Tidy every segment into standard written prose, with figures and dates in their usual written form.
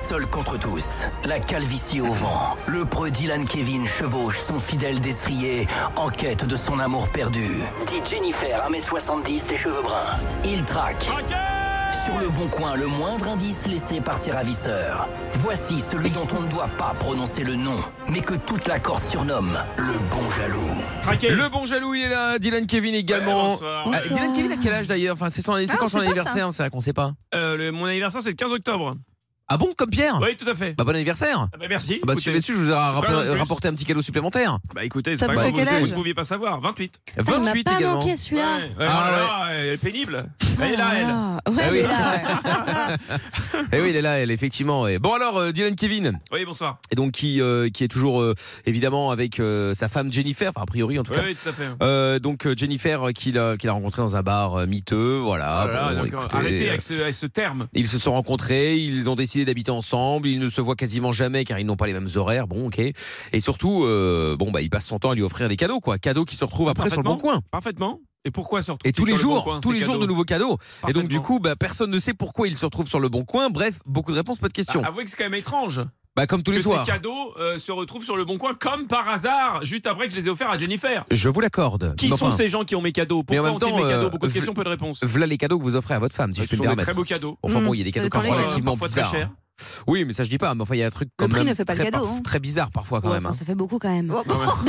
Seul contre tous, la calvitie au vent, le preux Dylan Kevin chevauche son fidèle destrier en quête de son amour perdu. Dit Jennifer, 1m70, les cheveux bruns. Il traque. Sur le bon coin, le moindre indice laissé par ses ravisseurs. Voici celui dont on ne doit pas prononcer le nom, mais que toute la Corse surnomme le bon jaloux. Traqué. Le bon jaloux, il est là. Dylan Kevin également. Ouais, Dylan Kevin a quel âge d'ailleurs? Enfin, c'est quand son anniversaire? C'est là qu'on sait pas. Mon anniversaire, c'est le 15 octobre. Ah bon, comme Pierre? Oui, tout à fait. Bah, bon anniversaire. Merci. Bah, si vous je vous ai rapporté un petit cadeau supplémentaire. Bah écoutez, Ça c'est pas vous fait grave, quel âge vous ne pouviez pas savoir. 28. 28 pas également. manqué celui-là. Elle est pénible. Elle est là, elle. Ouais, Ah elle oui. est là. Eh oui, il est là, elle, effectivement. Et bon, alors, Dylan Kevin. Oui, bonsoir. Et donc, qui est toujours, évidemment, avec sa femme Jennifer. Enfin, a priori, en tout cas. Oui, tout à fait. Donc, Jennifer, qu'il a rencontré dans un bar miteux. Voilà. Voilà, Bon, d'accord. écoutez, Arrêtez avec ce terme. ils se sont rencontrés, ils ont décidé d'habiter ensemble, ils ne se voient quasiment jamais car ils n'ont pas les mêmes horaires, bon ok. Et surtout, il passe son temps à lui offrir des cadeaux, quoi. Cadeaux qui se retrouvent après sur le bon coin. Parfaitement. Et pourquoi se retrouve Et tous les jours, de de nouveaux cadeaux. Et donc du coup, personne ne sait pourquoi ils se retrouvent sur le bon coin. Bref, beaucoup de réponses, pas de questions. Avouez que c'est quand même étrange. Comme tous les que soirs. ces cadeaux se retrouvent sur le bon coin comme par hasard, juste après que je les ai offerts à Jennifer. Je vous l'accorde. Qui sont ces gens qui ont mes cadeaux? Mais en Pourquoi même ont-ils temps, mes cadeaux? Beaucoup de questions, peu de réponses. Voilà les cadeaux que vous offrez à votre femme, si je Ce peux me sont des permettre. très beaux cadeaux. Enfin bon, il y a des cadeaux quand même relativement parfois très bizarres. chers. Oui, mais ça je dis pas. Mais enfin, il y a un truc quand prix même ne fait pas le très, cadeau, hein. très bizarre parfois quand Ouais, même. enfin, ça fait beaucoup quand même.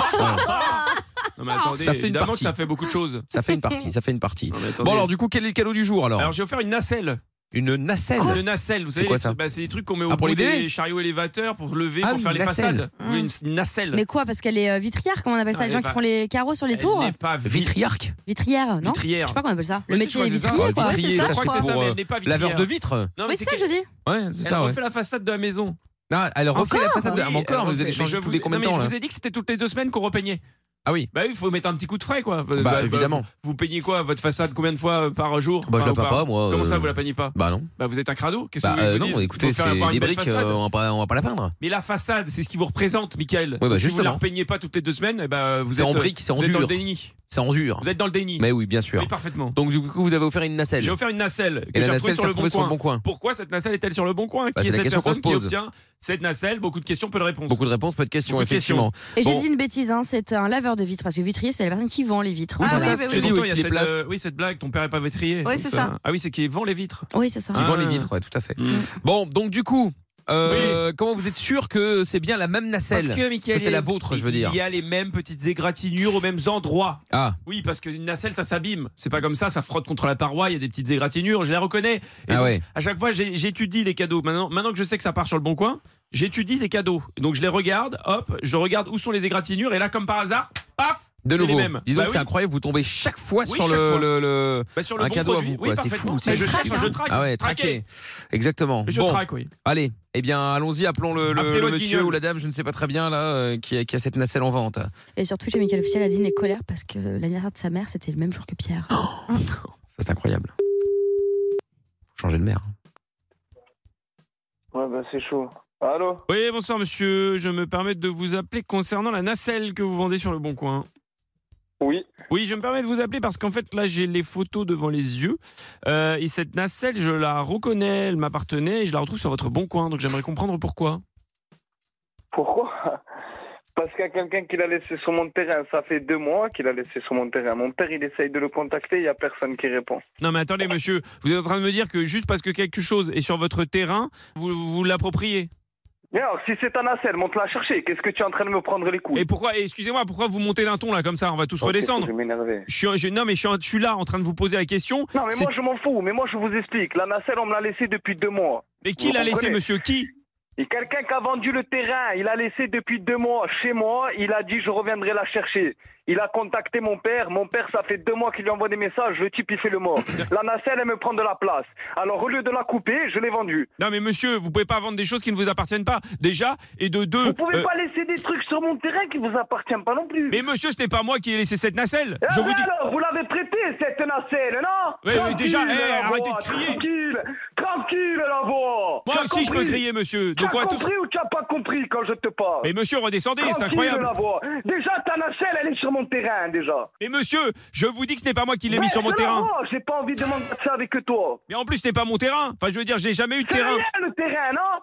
Non mais attendez, Ça fait une évidemment partie. que ça fait beaucoup de choses. Ça fait une partie. Non, mais attendez. Bon alors du coup, quel est le cadeau du jour alors? Alors j'ai offert une nacelle. Une nacelle. Une nacelle, vous savez, quoi, ça? c'est des trucs qu'on met au pour bout les bébés des chariots élévateurs pour lever, Ah, pour faire une les nacelle. façades. Oui, une nacelle. Mais quoi? Parce qu'elle est vitrière, comment on appelle ça? Les gens qui font les carreaux sur les tours? Elle n'est pas Vitriarque. Vitrière, non? Je vitrière. sais pas comment on appelle ça. Le Oui, métier je est crois que c'est ça. vitrier, Ouais, quoi. vitrier, c'est ça ça, c'est je crois. pour mais elle n'est pas vitrière. laveur de vitres. Non, mais Oui, c'est c'est ça que je dis. Ouais, c'est Elle ça. Ouais. refait la façade de la maison. Non, elle refait la façade de. Oui, Ah, mais encore, elle vous allez refait. changer Mais tous les combien de non, temps mais là? je vous ai dit que c'était toutes les 2 semaines qu'on repeignait. Ah oui. Bah oui, il faut mettre un petit coup de frais quoi. Évidemment. Vous peignez quoi votre façade combien de fois par jour? Bah, je la ou peins pas, moi. Comment ça vous la peignez pas? Bah non. Bah vous êtes un crado? Qu'est-ce que vous voulez que je vous Non, dise? écoutez, Faut faire c'est avoir des une belle briques, façade. on va pas la peindre. Mais la façade, c'est ce qui vous représente, Mickaël. Oui, bah, Si vous ne la justement. repeignez pas toutes les 2 semaines, eh ben, C'est en briques, c'est en vous êtes dans le dur. déni. C'est en dur. Vous êtes dans le déni. Mais oui, bien sûr. Oui, parfaitement. Donc du coup, vous avez offert une nacelle. J'ai offert une nacelle que Et la j'ai nacelle s'est retrouvée retrouvée sur le bon coin. Pourquoi cette nacelle est-elle sur le bon coin? Bah, Qui c'est est la cette question qu'on personne se qui pose. obtient cette nacelle? Beaucoup de questions, peu de réponses. Beaucoup de réponses, pas de questions, Beaucoup de effectivement. Et j'ai Bon. dit une bêtise, hein, c'est un laveur de vitres. Parce que vitrier, c'est la personne qui vend les vitres. Oui, Ah c'est oui, ça. oui, J'ai oui. dit, Pourtant, oui, il y a qui les place. oui, cette blague, ton père est pas vétrier. Oui, Donc, c'est ça. Ah oui, c'est qui vend les vitres. Oui, c'est ça. Qui vend les vitres, ouais, tout à fait. Mm. Bon, donc du coup, comment vous êtes sûr que c'est bien la même nacelle? Parce que, Mickaël, c'est la vôtre, je veux dire. Il y a les mêmes petites égratignures aux mêmes endroits. Ah, Oui, parce qu'une nacelle, ça s'abîme. C'est pas comme ça frotte contre la paroi, il y a des petites égratignures, je les reconnais. Et Ah donc, ouais. à chaque fois, j'étudie les cadeaux. Maintenant que je sais que ça part sur le bon coin, j'étude ces cadeaux. Et donc je les regarde, hop, je regarde où sont les égratignures, et là, comme par hasard, paf, de c'est nouveau. les mêmes. Disons Bah que c'est oui. incroyable, vous tombez chaque fois Oui, sur chaque fois. le Sur le un bon cadeau produit. à vous, Oui, quoi. C'est parfaitement. fou. C'est Mais je juste- traque. Ah ouais, traqué. Exactement. Je Bon, traque, oui. allez. Eh bien, allons-y, appelons le Appelez monsieur Guignol. ou la dame, je ne sais pas très bien là, qui a cette nacelle en vente. Et surtout, chez Mickaël Officiel, Adeline est colère parce que l'anniversaire de sa mère, c'était le même jour que Pierre. Ça c'est incroyable. Faut changer de mère. Ouais, bah c'est chaud. Allô? Oui, bonsoir monsieur, je me permets de vous appeler concernant la nacelle que vous vendez sur le Bon Coin. Oui. Oui, je me permets de vous appeler parce qu'en fait, là, j'ai les photos devant les yeux. Et cette nacelle, je la reconnais, elle m'appartenait et je la retrouve sur votre Bon Coin. Donc, j'aimerais comprendre pourquoi. Pourquoi? Parce qu'il y a quelqu'un qui l'a laissé sur mon terrain. Ça fait 2 mois qu'il a laissé sur mon terrain. Mon père, il essaye de le contacter, il n'y a personne qui répond. Non, mais attendez, monsieur, vous êtes en train de me dire que juste parce que quelque chose est sur votre terrain, vous l'appropriez. Mais alors, si c'est ta nacelle, monte la chercher. Qu'est-ce que tu es en train de me prendre les couilles? Et pourquoi, excusez-moi, pourquoi vous montez d'un ton là comme ça? On va tous redescendre. Je vais m'énerver. Non, mais je suis là en train de vous poser la question. Non, mais C'est- moi, je m'en fous. Mais moi, je vous explique. La nacelle, on me l'a laissée depuis 2 mois. Mais qui Vous l'a laissé, comprenez? monsieur? Qui? Et quelqu'un qui a vendu le terrain, il a laissé depuis 2 mois chez moi, il a dit je reviendrai la chercher. Il a contacté mon père, ça fait 2 mois qu'il lui envoie des messages, le type il fait le mort. La nacelle elle me prend de la place. Alors au lieu de la couper, je l'ai vendue. Non, mais monsieur, vous pouvez pas vendre des choses qui ne vous appartiennent pas, déjà, et de deux. Vous pouvez pas laisser des trucs sur mon terrain qui vous appartiennent pas non plus. Mais monsieur, ce n'est pas moi qui ai laissé cette nacelle. Ah Je vous dis. alors, vous l'avez prêté cette nacelle, non? Oui, Tranquille, déjà, la arrêtez voix, de crier. Tranquille la voix. Moi Tu as aussi, je peux compris? crier, monsieur. Tu De as quoi tout. compris ou tu as pas compris quand je te parle? Mais monsieur, redescendez, c'est Tranquille, incroyable. la voix. Déjà, ta nacelle, elle est sur mon terrain, déjà. Mais monsieur, je vous dis que ce n'est pas moi qui l'ai mis Ouais, sur mon c'est la terrain. voix, j'ai pas envie de m'emmerder avec toi. Mais en plus, ce n'est pas mon terrain. Enfin, je veux dire, j'ai jamais eu de C'est terrain. rien le terrain, non?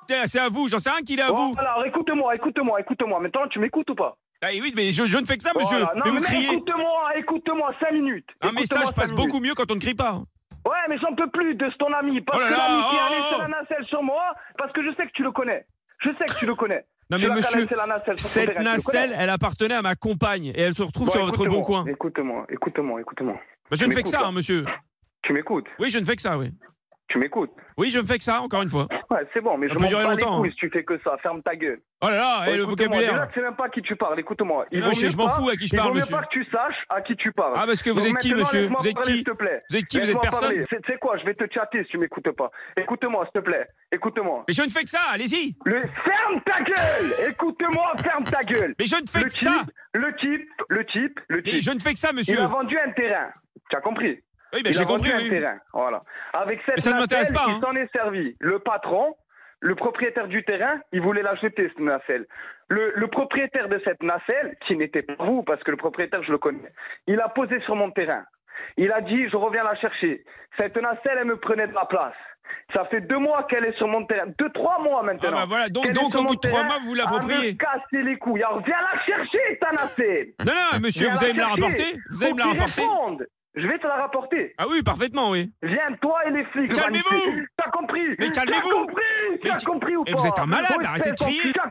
C'est à vous, j'en sais rien qu'il est à vous. Alors écoute-moi. Maintenant, tu m'écoutes ou pas? Ah oui, mais je ne fais que ça, monsieur. Voilà. Mais Non, vous criez. Écoute-moi 5 minutes. Un message passe beaucoup mieux quand on ne crie pas. Ouais, mais j'en peux plus de ton ami. Parce que l'ami qui a laissé la nacelle sur moi, parce que je sais que tu le connais. Non mais monsieur, cette nacelle, elle appartenait à ma compagne et elle se retrouve sur votre bon coin. Écoute-moi. Bah, je ne fais que ça, monsieur. Tu m'écoutes? Oui, je ne fais que ça, oui. Tu m'écoutes? Oui, je ne fais que ça, encore une fois. Ouais, c'est bon, mais Ça je peut m'en durer bats les longtemps, couilles hein. si tu fais que ça. Ferme ta gueule. Oh là là, et le Écoute-moi, vocabulaire. déjà, tu sais même pas à qui tu parles. Écoute-moi. Non, je m'en fous à qui je parle, Il vaut monsieur. mieux pas que tu saches à qui tu parles. Ah, parce que vous Donc êtes qui, maintenant, monsieur? laisse-moi Vous êtes parler, qui? s'il te plaît. Vous êtes qui? Vous êtes Laisse-moi personne? parler. Tu sais quoi? Je vais te chatter si tu m'écoutes pas. Écoute-moi, s'il te plaît. Écoute-moi. Mais je ne fais que ça, allez-y. Ferme ta gueule! Écoute-moi, ferme ta gueule! Mais je ne fais que ça. Le type. Mais je ne fais que ça, monsieur. Il a vendu un terrain. Tu as compris? Oui, ben Il j'ai a vendu compris, un oui. terrain. Voilà. Avec cette Mais ça ne m'intéresse nacelle, pas, hein. il s'en est servi. Le patron, le propriétaire du terrain, il voulait l'acheter, cette nacelle. Le propriétaire de cette nacelle, qui n'était pas vous, parce que le propriétaire, je le connais, il a posé sur mon terrain. Il a dit, je reviens la chercher. Cette nacelle, elle me prenait de la place. Ça fait 2 mois qu'elle est sur mon terrain. 2-3 mois maintenant. Ah bah voilà, donc Qu'elle est sur au mon bout de 3 terrain mois, vous à l'appropriez. me casser les couilles. Alors viens la chercher, ta nacelle. Non, monsieur, Viens vous allez me la chercher. rapporter? Vous allez me la Faut qu'ils rapporter? répondent. Je vais te la rapporter. Ah oui, parfaitement, oui. Viens, toi et les flics. Calmez-vous. Vanity. T'as compris? Mais calmez-vous. Tu as compris ou pas? Mais vous êtes un malade, arrêtez de crier. Tu as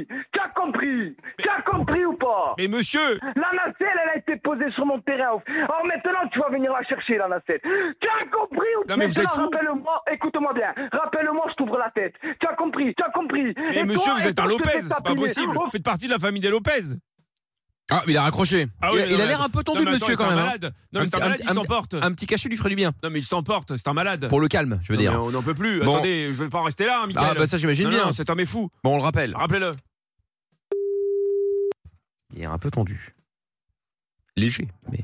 compris ou pas? Mais monsieur, La nacelle, elle a été posée sur mon terrain. Alors maintenant, tu vas venir la chercher, la nacelle. Tu as compris ou pas? Non, mais vous êtes fou. Rappelle-moi, écoute-moi bien. Rappelle-moi, je t'ouvre la tête. Tu as compris? mais Et monsieur, toi, vous êtes un je te Lopez, fais c'est pas taper. possible. Vous faites partie de la famille des Lopez. Ah, mais il a raccroché. Ah oui, Il a l'air un peu tendu, non, mais monsieur, attends, quand c'est même. un hein. malade. Non, mais c'est un malade, il s'emporte. Un petit cachet lui ferait du bien. Non, mais il s'emporte, c'est un malade. Pour le calme, je veux Non, dire. mais on n'en peut plus. Bon. Attendez, je vais pas en rester là, hein, Mickaël. Ah, bah ça, j'imagine Non, bien. non, cet homme est fou. Bon, on le rappelle. Rappelez-le. Il est un peu tendu. Léger, mais.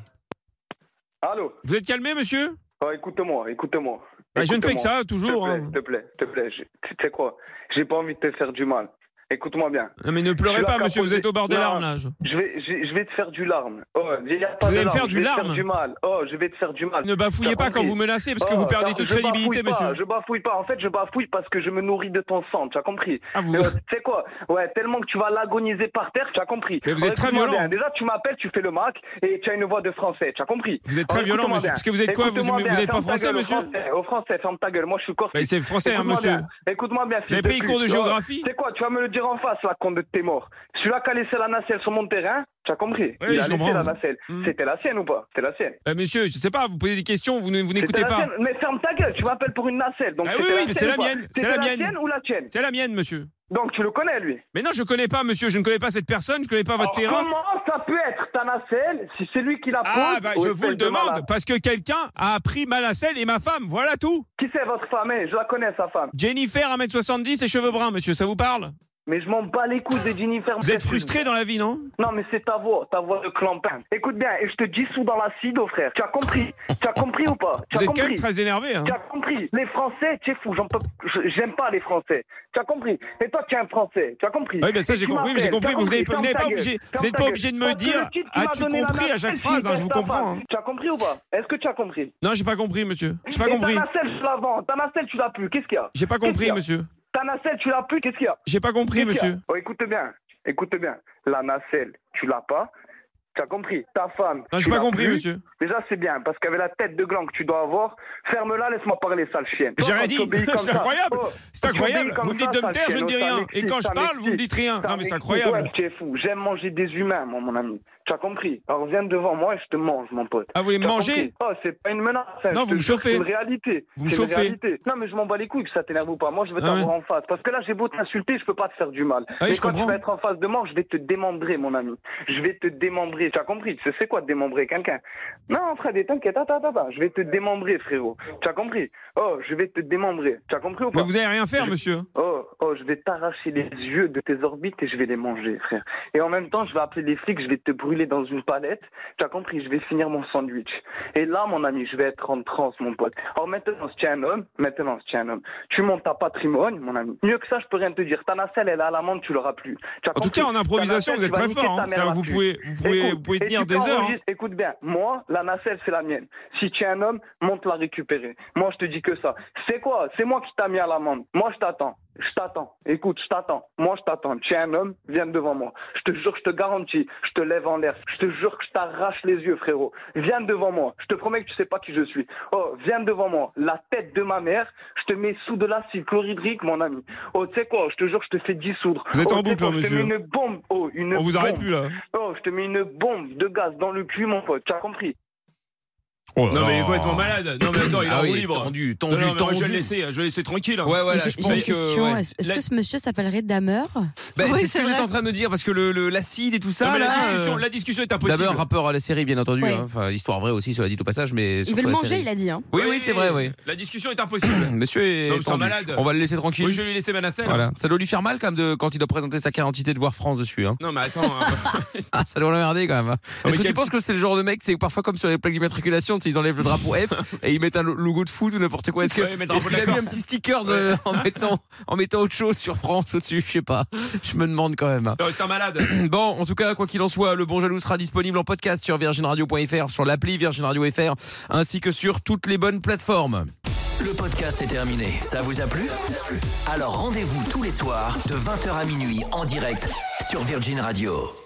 Allô? Vous êtes calmé, monsieur? Oh, écoute-moi. Bah, je ne fais que ça, toujours. S'il te plaît. Tu sais quoi? J'ai pas envie de te faire du mal. Écoute-moi bien. Non, mais ne pleurez Je suis pas, là monsieur, qu'à vous êtes au bord des poser- larmes, Non. là. Je vais te faire du larme. Oh, il y a pas Vous de allez me larmes. faire du Je vais te larme? faire du mal. Oh, je vais te faire du mal. Ne bafouillez T'as pas quand compris? vous menacez, parce que vous perdez toute je crédibilité, bafouille pas, monsieur. Je bafouille pas. En fait, je bafouille parce que je me nourris de ton sang. Tu as compris? Ah, vous- Tu sais quoi? Ouais, tellement que tu vas l'agoniser par terre. Tu as compris? Mais vous êtes très Écoute-moi violent. bien. Déjà, tu m'appelles, tu fais le Mac et tu as une voix de français. Tu as compris? Vous êtes très Alors, violent, écoute-moi monsieur. bien. Parce que vous êtes quoi? Vous Écoute-moi bien. n'êtes pas Ferme ta français, gueule, monsieur? Au français, ferme ta gueule. Moi, je suis corse. Mais c'est français, hein, Écoute-moi monsieur. bien. Écoute-moi bien. Vous avez pris cours de géographie? C'est quoi? Tu vas me le dire en face, la con de tes morts. Celui-là qui a laissé la nacelle sur mon terrain, tu as compris? Oui, Il a je laissé comprends. la nacelle. Mm. C'était la sienne ou pas? C'était la sienne. Monsieur, je sais pas, vous posez des questions, vous n'écoutez C'était la pas. sienne. Mais ferme ta gueule, tu m'appelles pour une nacelle. Donc Ah c'était oui, la mais sienne c'est la ou pas? mienne, c'est C'était la la mienne. sienne ou la tienne? C'est la mienne, monsieur. Donc tu le connais, lui. Mais non, je connais pas, monsieur, je ne connais pas cette personne, je connais pas votre Alors, terrain. comment ça peut être ta nacelle si c'est lui qui la pose? Ah, bah, ou je vous le espèce de demande, malade? parce que quelqu'un a pris ma nacelle et ma femme, voilà tout. Qui c'est votre femme? Je la connais, sa femme. Jennifer, 1m70 et cheveux bruns, monsieur, ça vous parle? Mais je m'en bats les couilles de Jennifer. Vous êtes frustré dans la vie, non? Non, mais c'est ta voix de clampin. Écoute bien, et je te dissous dans l'acide, oh frère. Tu as compris? Tu as compris ou pas? Tu Vous as êtes quand même compris? très énervé, hein. Tu as compris? Les Français, tu es fou, j'aime pas les Français. Tu as compris? Et toi, tu es un Français. Tu as compris? Oui, ben ça, j'ai Tu compris, m'appelles, vous n'êtes ferme pas ta obligé, gueule, vous ferme n'êtes ta pas gueule. obligé de me Parce que dire le type qui m'a as-tu donné la compris à nacelle, chaque s'il phrase, hein, je baisse vous sa comprends. femme. hein. Tu as compris ou pas? Est-ce que tu as compris? Non, j'ai pas compris, monsieur. J'ai pas Et compris. ta nacelle, je la vends. Ta nacelle, tu l'as plus. Qu'est-ce qu'il y a? J'ai pas Qu'est-ce compris, qu'il y a? monsieur. Ta nacelle, tu l'as plus. Qu'est-ce qu'il y a? J'ai pas compris, Qu'est-ce qu'il y a? monsieur. Oh, écoute bien. La nacelle, tu l'as pas. Tu as compris? Ta femme. Non, j'ai tu pas l'as compris, plus. monsieur. Déjà, c'est bien, parce qu'avec la tête de gland que tu dois avoir, ferme-la, laisse-moi parler, sale chienne. J'ai Toi, rien quand dit. tu obéis comme C'est ça, incroyable. oh, C'est tu obéis incroyable. comme Vous me dites ça, de me taire, sale je ne dis chienne, rien. ça Et quand je m'excite, parle, vous me dites rien. ça Non, mais c'est m'excite. incroyable. Ouais, tu es fou. J'aime manger des humains, moi, mon ami. Tu as compris? Alors viens devant moi et je te mange, mon pote. Ah, vous voulez me Tu as manger? compris? Oh, c'est pas une menace. hein, Non, je vous te me jure, chauffez. C'est une réalité. Vous me C'est une chauffez. réalité. Non, mais je m'en bats les couilles que ça t'énerve ou pas. Moi, je veux Ah t'avoir ouais. en face. Parce que là, j'ai beau t'insulter, je peux pas te faire du mal. Ah oui, mais je quand comprends. tu vas être en face de moi, je vais te démembrer, mon ami. Je vais te démembrer. Tu as compris? Tu sais quoi, démembrer quelqu'un? Non, frère, t'inquiète, attends. Je vais te démembrer, frérot. Tu as compris? Oh, je vais te démembrer. Tu as compris ou pas? Mais vous n'allez rien faire, monsieur. Oh, je vais t'arracher les yeux de tes orbites et je vais les manger, frère. Et en même temps, je vais appeler les flics, je vais te brûler dans une palette. Tu as compris? Je vais finir mon sandwich. Et là, mon ami, je vais être en transe, mon pote. Alors maintenant, si tu es un homme, tu montes ta patrimoine, mon ami. Mieux que ça, je peux rien te dire. Ta nacelle, elle est à l'amende, tu l'auras plus. Tu as En tout compris? cas, en improvisation, Ta vous êtes nacelle, très tu vas fort. niquer hein. ta mère Vous là-dessus. pouvez Écoute, tenir et tu des peux heures. hein. enregistrer- Écoute bien, moi, la nacelle, c'est la mienne. Si tu es un homme, monte la récupérer. Moi, je te dis que ça. C'est quoi? C'est moi qui t'a mis à l'amende. Moi, je t'attends. Je t'attends. Écoute, je t'attends. Moi, je t'attends. Tu es un homme, viens devant moi. Je te jure, je te garantis, je te lève en l'air. Je te jure que je t'arrache les yeux, frérot. Viens devant moi. Je te promets que tu sais pas qui je suis. Oh, viens devant moi. La tête de ma mère, je te mets sous de l'acide chlorhydrique, mon ami. Oh, tu sais quoi, je te jure, je te fais dissoudre. Vous êtes en tu sais boucle, quoi, hein, je te monsieur. mets une bombe. Oh, une On vous bombe. arrête plus là. Oh, je te mets une bombe de gaz dans le cul, mon pote. Tu as compris? Oh là Non, mais il est là. complètement malade. Non, mais attends, il est Ah en oui, roue libre. tendu, Non, non, mais moi, tendu. je vais le laisser tranquille. hein. Ouais, ouais, là, J'ai je une pense que. question. ouais. Est-ce que ce monsieur s'appellerait Damer? Bah, Oui, c'est ce c'est que j'étais vrai. en train de me dire parce que l'acide et tout Non, ça mais là. la discussion est impossible. D'abord rappeur à la série bien entendu, Ouais. hein. Enfin histoire vraie aussi cela dit au passage mais Il surtout veut le la manger, série. il a dit. Hein. Oui oui c'est vrai oui. La discussion est impossible. Monsieur est Non, mais c'est un tendu. malade. On va le laisser tranquille. Oui, je vais lui laisser ma nacelle. Voilà, ça doit lui faire mal quand même quand il doit présenter sa carte d'identité de voir France dessus hein. Non, mais attends. Ah, ça doit l'emmerder quand même. Hein. mais Est-ce que quel- tu penses que c'est le genre de mec, c'est parfois comme sur les plaques d'immatriculation, ils enlèvent le drapeau F et ils mettent un logo de foot ou n'importe quoi. Est-ce que Ouais, mais le drapeau est-ce de qu'il la a mis un Corse. petit sticker en mettant autre chose sur France au-dessus, je sais pas. Je me demande quand même. Non, c'est un malade. Bon, en tout cas, quoi qu'il en soit, le Bon Jaloux sera disponible en podcast sur virginradio.fr, sur l'appli Virgin Radio FR, ainsi que sur toutes les bonnes plateformes. Le podcast est terminé. Ça vous a plu? Alors rendez-vous tous les soirs de 20h à minuit en direct sur Virgin Radio.